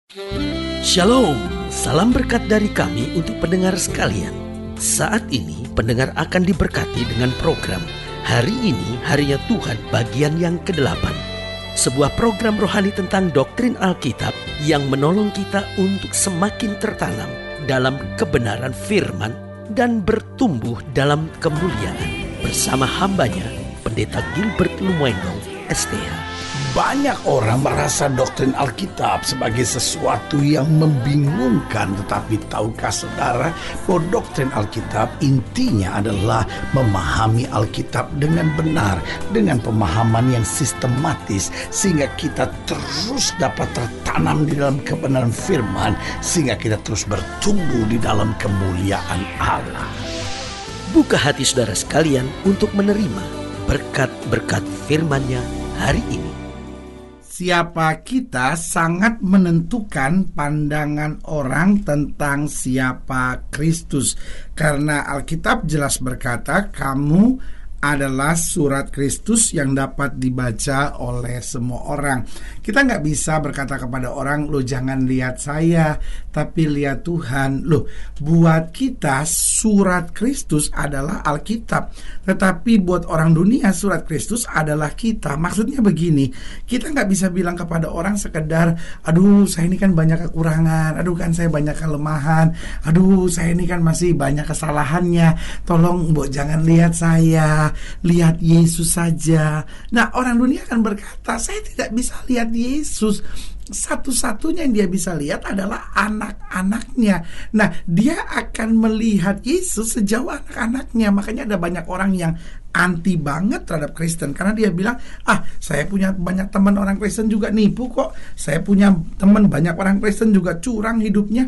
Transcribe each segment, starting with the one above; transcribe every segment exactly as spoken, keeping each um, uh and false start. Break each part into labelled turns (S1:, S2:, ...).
S1: Shalom, salam berkat dari kami untuk pendengar sekalian. Saat ini pendengar akan diberkati dengan program Hari Ini Harinya Tuhan bagian yang kedelapan. Sebuah program rohani tentang doktrin Alkitab yang menolong kita untuk semakin tertanam dalam kebenaran firman dan bertumbuh dalam kemuliaan. Bersama hambanya, Pendeta Gilbert Lumendo, S T H.
S2: Banyak orang merasa doktrin Alkitab sebagai sesuatu yang membingungkan. Tetapi tahukah saudara bahwa doktrin Alkitab intinya adalah memahami Alkitab dengan benar, dengan pemahaman yang sistematis, sehingga kita terus dapat tertanam di dalam kebenaran firman, sehingga kita terus bertumbuh di dalam kemuliaan Allah.
S1: Buka hati saudara sekalian untuk menerima berkat-berkat firman-Nya hari ini.
S3: Siapa kita sangat menentukan pandangan orang tentang siapa Kristus. Karena Alkitab jelas berkata, kamu adalah surat Kristus yang dapat dibaca oleh semua orang. Kita nggak bisa berkata kepada orang, lo jangan lihat saya, tapi lihat Tuhan. Loh, buat kita surat Kristus adalah Alkitab, tetapi buat orang dunia surat Kristus adalah kita. Maksudnya begini, kita nggak bisa bilang kepada orang sekedar, aduh saya ini kan banyak kekurangan, aduh kan saya banyak kelemahan, aduh saya ini kan masih banyak kesalahannya, tolong mbok jangan lihat saya, lihat Yesus saja. Nah, orang dunia akan berkata, saya tidak bisa lihat Yesus. Satu-satunya yang dia bisa lihat adalah anak-anaknya. Nah, dia akan melihat Yesus sejauh anak-anaknya. Makanya ada banyak orang yang anti banget terhadap Kristen, karena dia bilang, ah saya punya banyak teman orang Kristen juga nipu kok. Saya punya teman banyak orang Kristen juga curang hidupnya.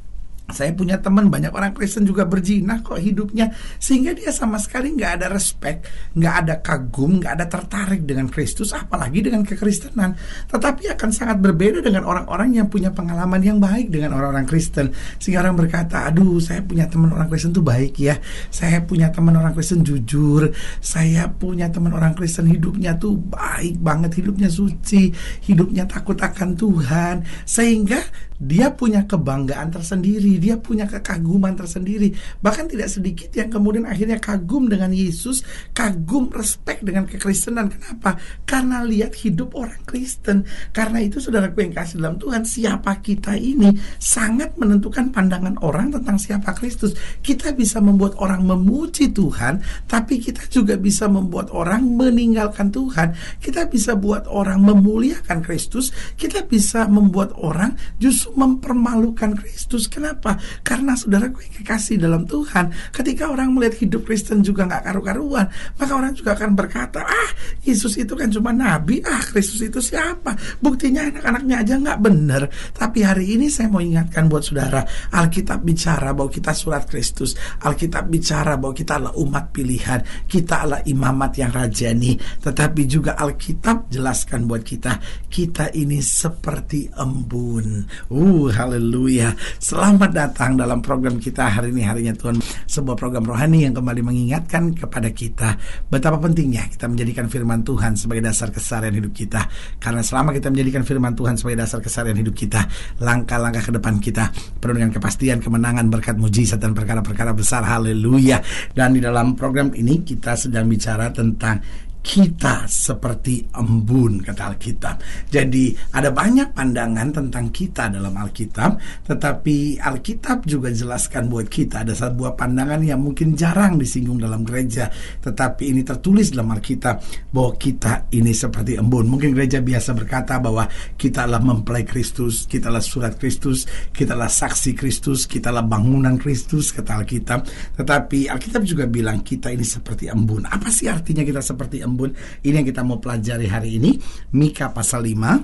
S3: Saya punya teman banyak orang Kristen juga berzina kok hidupnya. Sehingga dia sama sekali gak ada respect, gak ada kagum, gak ada tertarik dengan Kristus, apalagi dengan kekristenan. Tetapi akan sangat berbeda dengan orang-orang yang punya pengalaman yang baik dengan orang-orang Kristen. Sehingga orang berkata, aduh saya punya teman orang Kristen tuh baik ya, saya punya teman orang Kristen jujur, saya punya teman orang Kristen hidupnya tuh baik banget, hidupnya suci, hidupnya takut akan Tuhan. Sehingga dia punya kebanggaan tersendiri, dia punya kekaguman tersendiri. Bahkan tidak sedikit yang kemudian akhirnya kagum dengan Yesus, kagum, respect dengan kekristenan. Kenapa? Karena lihat hidup orang Kristen. Karena itu saudaraku yang kasih dalam Tuhan, siapa kita ini sangat menentukan pandangan orang tentang siapa Kristus. Kita bisa membuat orang memuji Tuhan, tapi kita juga bisa membuat orang meninggalkan Tuhan. Kita bisa buat orang memuliakan Kristus, kita bisa membuat orang justru mempermalukan Kristus. Kenapa? Karena saudaraku yang kekasih dalam Tuhan, ketika orang melihat hidup Kristen juga gak karu-karuan, maka orang juga akan berkata, ah Yesus itu kan cuma nabi, ah Kristus itu siapa? Buktinya anak-anaknya aja gak benar. Tapi hari ini saya mau ingatkan buat saudara, Alkitab bicara bahwa kita surat Kristus. Alkitab bicara bahwa kita adalah umat pilihan, kita adalah imamat yang rajani. Tetapi juga Alkitab jelaskan buat kita, kita ini seperti embun. Uh, haleluya. Selamat datang dalam program kita hari ini harinya Tuhan. Sebuah program rohani yang kembali mengingatkan kepada kita betapa pentingnya kita menjadikan firman Tuhan sebagai dasar keseharian hidup kita. Karena selama kita menjadikan firman Tuhan sebagai dasar keseharian hidup kita, langkah-langkah ke depan kita penuh dengan kepastian, kemenangan, berkat, mujizat, dan perkara-perkara besar. Haleluya. Dan di dalam program ini kita sedang bicara tentang kita seperti embun, kata Alkitab. Jadi ada banyak pandangan tentang kita dalam Alkitab, tetapi Alkitab juga jelaskan buat kita ada sebuah pandangan yang mungkin jarang disinggung dalam gereja, tetapi ini tertulis dalam Alkitab bahwa kita ini seperti embun. Mungkin gereja biasa berkata bahwa kita adalah mempelai Kristus, kita adalah surat Kristus, kita adalah saksi Kristus, kita adalah bangunan Kristus, kata Alkitab. Tetapi Alkitab juga bilang kita ini seperti embun. Apa sih artinya kita seperti embun? Ini yang kita mau pelajari hari ini. Mika pasal lima,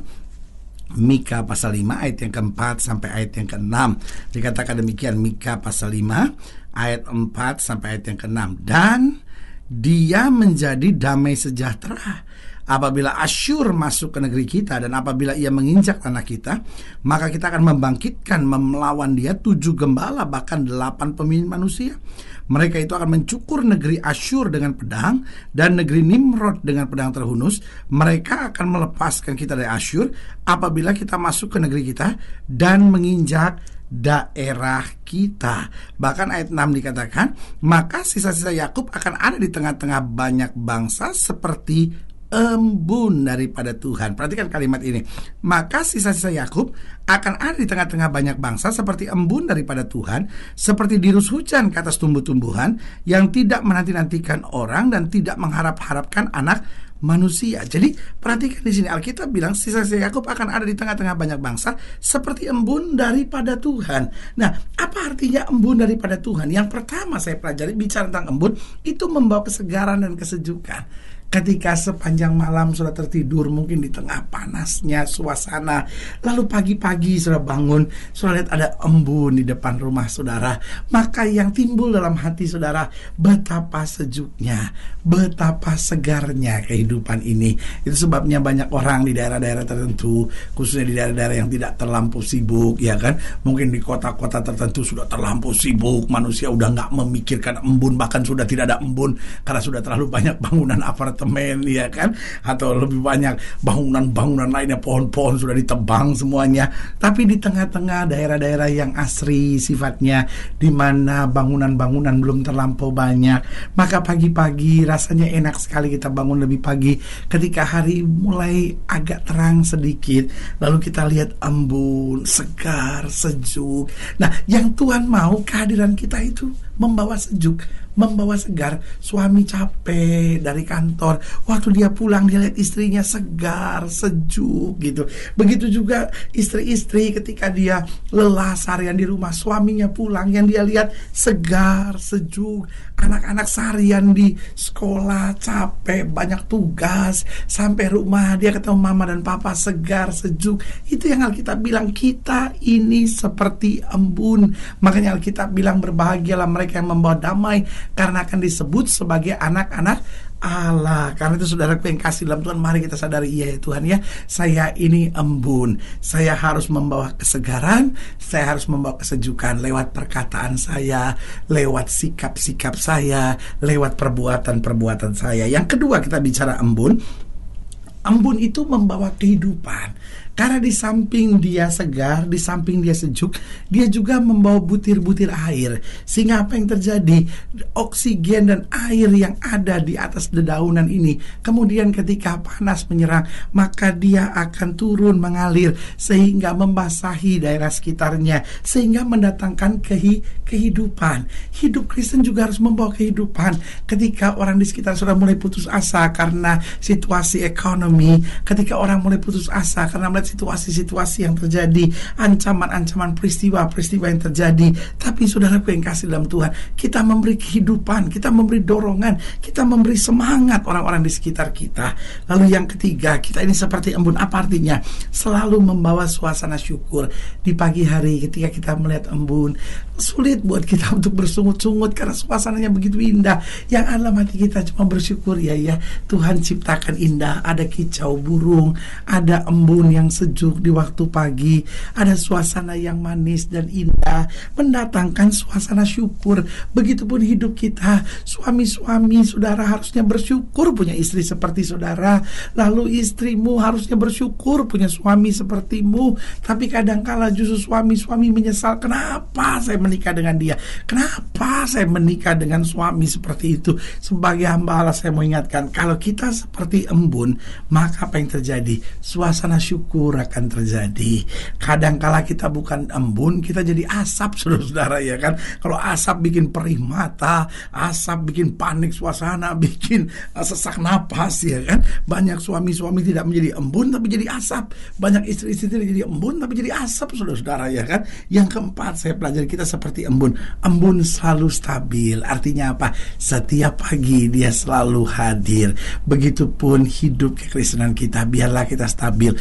S3: Mika pasal lima ayat yang keempat sampai ayat yang keenam. Dikatakan demikian, Mika pasal lima ayat empat sampai ayat yang keenam. Dan dia menjadi damai sejahtera Apabila Asyur masuk ke negeri kita dan apabila ia menginjak tanah kita, maka kita akan membangkitkan melawan dia tujuh gembala, bahkan delapan pemimpin manusia. Mereka itu akan mencukur negeri Asyur dengan pedang dan negeri Nimrod dengan pedang terhunus. Mereka akan melepaskan kita dari Asyur apabila kita masuk ke negeri kita dan menginjak daerah kita. Bahkan ayat enam dikatakan, maka sisa-sisa Yakub akan ada di tengah-tengah banyak bangsa seperti embun daripada Tuhan. Perhatikan kalimat ini. Maka sisa-sisa Yakub akan ada di tengah-tengah banyak bangsa seperti embun daripada Tuhan, seperti dirus hujan ke atas tumbuh-tumbuhan, yang tidak menanti-nantikan orang dan tidak mengharap-harapkan anak manusia. Jadi perhatikan di sini Alkitab bilang sisa-sisa Yakub akan ada di tengah-tengah banyak bangsa seperti embun daripada Tuhan. Nah, apa artinya embun daripada Tuhan? Yang pertama saya pelajari bicara tentang embun itu membawa kesegaran dan kesejukan. Ketika sepanjang malam sudah tertidur, mungkin di tengah panasnya suasana, lalu pagi-pagi sudah bangun, sudah lihat ada embun di depan rumah saudara, maka yang timbul dalam hati saudara, betapa sejuknya, betapa segarnya kehidupan ini. Itu sebabnya banyak orang di daerah-daerah tertentu, khususnya di daerah-daerah yang tidak terlampau sibuk, ya kan? Mungkin di kota-kota tertentu sudah terlampau sibuk, manusia udah nggak memikirkan embun, bahkan sudah tidak ada embun karena sudah terlalu banyak bangunan apartemen, ya kan, atau lebih banyak bangunan-bangunan lainnya, pohon-pohon sudah ditebang semuanya. Tapi di tengah-tengah daerah-daerah yang asri sifatnya, di mana bangunan-bangunan belum terlampau banyak, maka pagi-pagi rasanya enak sekali kita bangun lebih pagi ketika hari mulai agak terang sedikit, lalu kita lihat embun, segar, sejuk. Nah, yang Tuhan mau kehadiran kita itu membawa sejuk, membawa segar. Suami capek dari kantor, waktu dia pulang dia lihat istrinya segar, sejuk gitu. Begitu juga istri-istri ketika dia lelah seharian di rumah, suaminya pulang yang dia lihat segar, sejuk. Anak-anak seharian di sekolah capek, banyak tugas, sampai rumah dia ketemu mama dan papa segar, sejuk. Itu yang Alkitab bilang, kita ini seperti embun. Makanya Alkitab bilang berbahagialah mereka yang membawa damai, karena akan disebut sebagai anak-anak Allah. Karena itu saudaraku yang kasih dalam Tuhan, mari kita sadari, iya ya Tuhan ya, saya ini embun. Saya harus membawa kesegaran, saya harus membawa kesejukan lewat perkataan saya, lewat sikap-sikap saya, lewat perbuatan-perbuatan saya. Yang kedua, kita bicara embun. Embun itu membawa kehidupan. Karena di samping dia segar, di samping dia sejuk, dia juga membawa butir-butir air. Sehingga apa yang terjadi? Oksigen dan air yang ada di atas dedaunan ini, kemudian ketika panas menyerang, maka dia akan turun mengalir sehingga membasahi daerah sekitarnya, sehingga mendatangkan kehi- kehidupan. Hidup Kristen juga harus membawa kehidupan. Ketika orang di sekitar sudah mulai putus asa karena situasi ekonomi, ketika orang mulai putus asa karena melihat situasi-situasi yang terjadi, ancaman-ancaman peristiwa-peristiwa yang terjadi, tapi saudaraku yang kasih dalam Tuhan, kita memberi kehidupan, kita memberi dorongan, kita memberi semangat orang-orang di sekitar kita. Lalu yang ketiga, kita ini seperti embun. Apa artinya? Selalu membawa suasana syukur. Di pagi hari ketika kita melihat embun, sulit buat kita untuk bersungut-sungut karena suasananya begitu indah. Yang dalam hati kita cuma bersyukur, ya ya Tuhan ciptakan indah, ada kicau burung, ada embun yang sejuk di waktu pagi, ada suasana yang manis dan indah, mendatangkan suasana syukur. Begitupun hidup kita, suami-suami saudara harusnya bersyukur punya istri seperti saudara, lalu istrimu harusnya bersyukur punya suami sepertimu. Tapi kadangkala justru suami-suami menyesal, kenapa saya menikah dengan dia, kenapa saya menikah dengan suami seperti itu. Sebagai hamba Allah saya mau ingatkan, kalau kita seperti embun, maka apa yang terjadi? Suasana syukur akan terjadi. Kadangkala kita bukan embun, kita jadi asap, saudara-saudara, ya kan? Kalau asap bikin perih mata, asap bikin panik suasana, bikin uh, sesak napas, ya kan? Banyak suami-suami tidak menjadi embun tapi jadi asap, banyak istri-istri tidak jadi embun tapi jadi asap, saudara-saudara, ya kan? Yang keempat, saya pelajari kita seperti embun. Embun selalu stabil. Artinya apa? Setiap pagi dia selalu hadir. Begitupun hidup kekristenan kita, biarlah kita stabil. Setiap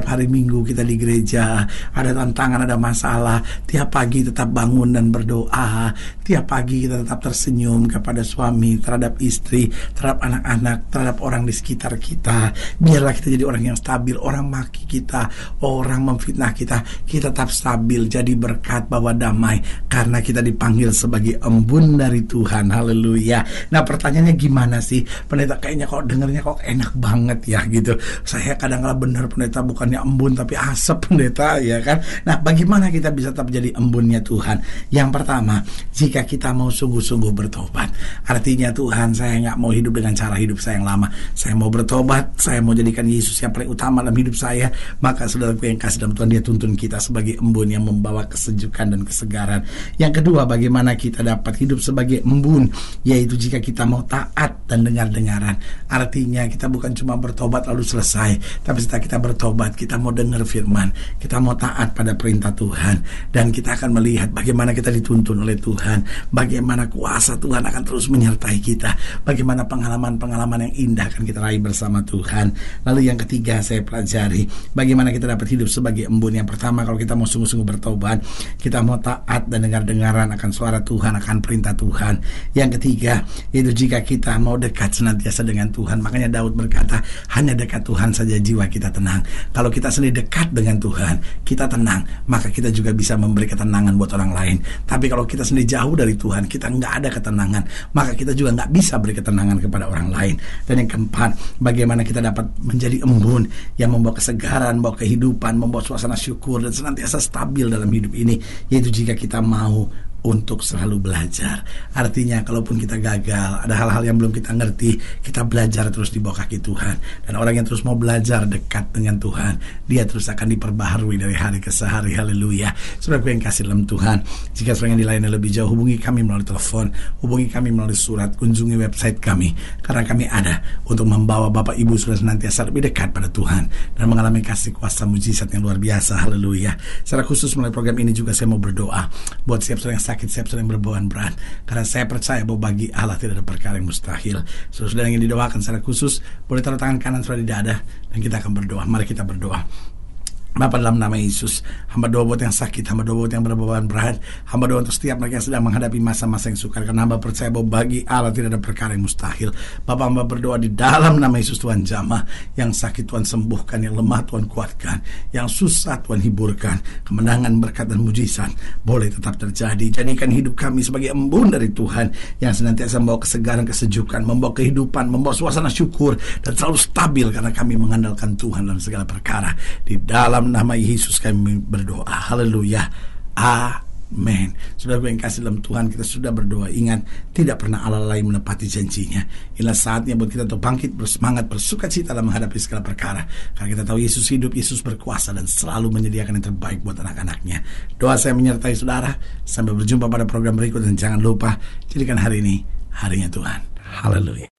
S3: setiap hari Minggu kita di gereja, ada tantangan, ada masalah, tiap pagi tetap bangun dan berdoa, tiap pagi kita tetap tersenyum kepada suami, terhadap istri, terhadap anak-anak, terhadap orang di sekitar kita. Biarlah kita jadi orang yang stabil. Orang maki kita, orang memfitnah kita, kita tetap stabil, jadi berkat, bawa damai, karena kita dipanggil sebagai embun dari Tuhan. Haleluya. Nah, pertanyaannya gimana sih pendeta? Kayaknya kok dengernya kok enak banget ya gitu. Saya kadang-kadang benar pendeta, bukannya embun tapi asap pendeta, ya kan. Nah, bagaimana kita bisa tetap jadi embunnya Tuhan? Yang pertama, jika kita mau sungguh-sungguh bertobat. Artinya, Tuhan, saya nggak mau hidup dengan cara hidup saya yang lama. Saya mau bertobat, saya mau jadikan Yesus yang paling utama dalam hidup saya. Maka saudaraku yang kasih dalam Tuhan, dia tuntun kita sebagai embun yang membawa kesejukan dan kesegaran. Yang kedua, bagaimana kita dapat hidup sebagai embun, yaitu jika kita mau taat dan dengar-dengaran. Artinya kita bukan cuma bertobat lalu selesai, tapi setelah kita bertobat, kita mau dengar firman, kita mau taat pada perintah Tuhan, dan kita akan melihat bagaimana kita dituntun oleh Tuhan, bagaimana kuasa Tuhan akan terus menyertai kita, bagaimana pengalaman-pengalaman yang indah akan kita raih bersama Tuhan. Lalu yang ketiga, saya pelajari bagaimana kita dapat hidup sebagai embun. Yang pertama, kalau kita mau sungguh-sungguh bertobat, kita mau taat dan dengar-dengaran akan suara Tuhan, akan perintah Tuhan. Yang ketiga, yaitu jika kita mau dekat senantiasa dengan Tuhan. Makanya Daud berkata, hanya dekat Tuhan saja jiwa kita tenang. Kalau kita sendiri dekat dengan Tuhan, kita tenang, maka kita juga bisa memberi ketenangan buat orang lain. Tapi kalau kita sendiri jauh dari Tuhan, kita nggak ada ketenangan, maka kita juga nggak bisa beri ketenangan kepada orang lain. Dan yang keempat, bagaimana kita dapat menjadi embun yang membawa kesegaran, membawa kehidupan, membawa suasana syukur dan senantiasa stabil dalam hidup ini, yaitu jika kita mau untuk selalu belajar. Artinya kalaupun kita gagal, ada hal-hal yang belum kita ngerti, kita belajar terus di bawah kaki Tuhan. Dan orang yang terus mau belajar dekat dengan Tuhan, dia terus akan diperbaharui dari hari ke hari. Haleluya. Saudaraku yang kasih dalam Tuhan, jika saudara yang dilayani lebih jauh, hubungi kami melalui telepon, hubungi kami melalui surat, kunjungi website kami, karena kami ada untuk membawa Bapak Ibu saudara senantiasa lebih dekat pada Tuhan dan mengalami kasih kuasa mujizat yang luar biasa. Haleluya. Secara khusus melalui program ini juga saya mau berdoa buat setiap saudara yang sakit, siap sedang berbeban berat, karena saya percaya bahwa bagi Allah tidak ada perkara yang mustahil. Saudara yang ingin didoakan secara khusus, boleh taruh tangan kanan saudara di dada dan kita akan berdoa. Mari kita berdoa. Bapa, dalam nama Yesus, hamba doa buat yang sakit, hamba doa buat yang berbeban berat, hamba doa untuk setiap mereka yang sedang menghadapi masa-masa yang sukar, karena hamba percaya bahwa bagi Allah tidak ada perkara yang mustahil. Bapa, hamba berdoa di dalam nama Yesus, Tuhan jamah, yang sakit Tuhan sembuhkan, yang lemah Tuhan kuatkan, yang susah Tuhan hiburkan, kemenangan, berkat dan mujizat boleh tetap terjadi. Jadikan hidup kami sebagai embun dari Tuhan yang senantiasa membawa kesegaran, kesejukan, membawa kehidupan, membawa suasana syukur dan selalu stabil, karena kami mengandalkan Tuhan dalam segala perkara. Di dalam nama Yesus kami berdoa. Haleluya. Amin. Saudara yang kasih dalam Tuhan, kita sudah berdoa. Ingat, tidak pernah Allah lain menepati janjinya. Inilah saatnya buat kita untuk bangkit, bersemangat, bersuka cita dalam menghadapi segala perkara. Karena kita tahu Yesus hidup, Yesus berkuasa dan selalu menyediakan yang terbaik buat anak-anaknya. Doa saya menyertai saudara. Sampai berjumpa pada program berikut, dan jangan lupa jadikan hari ini harinya Tuhan. Haleluya.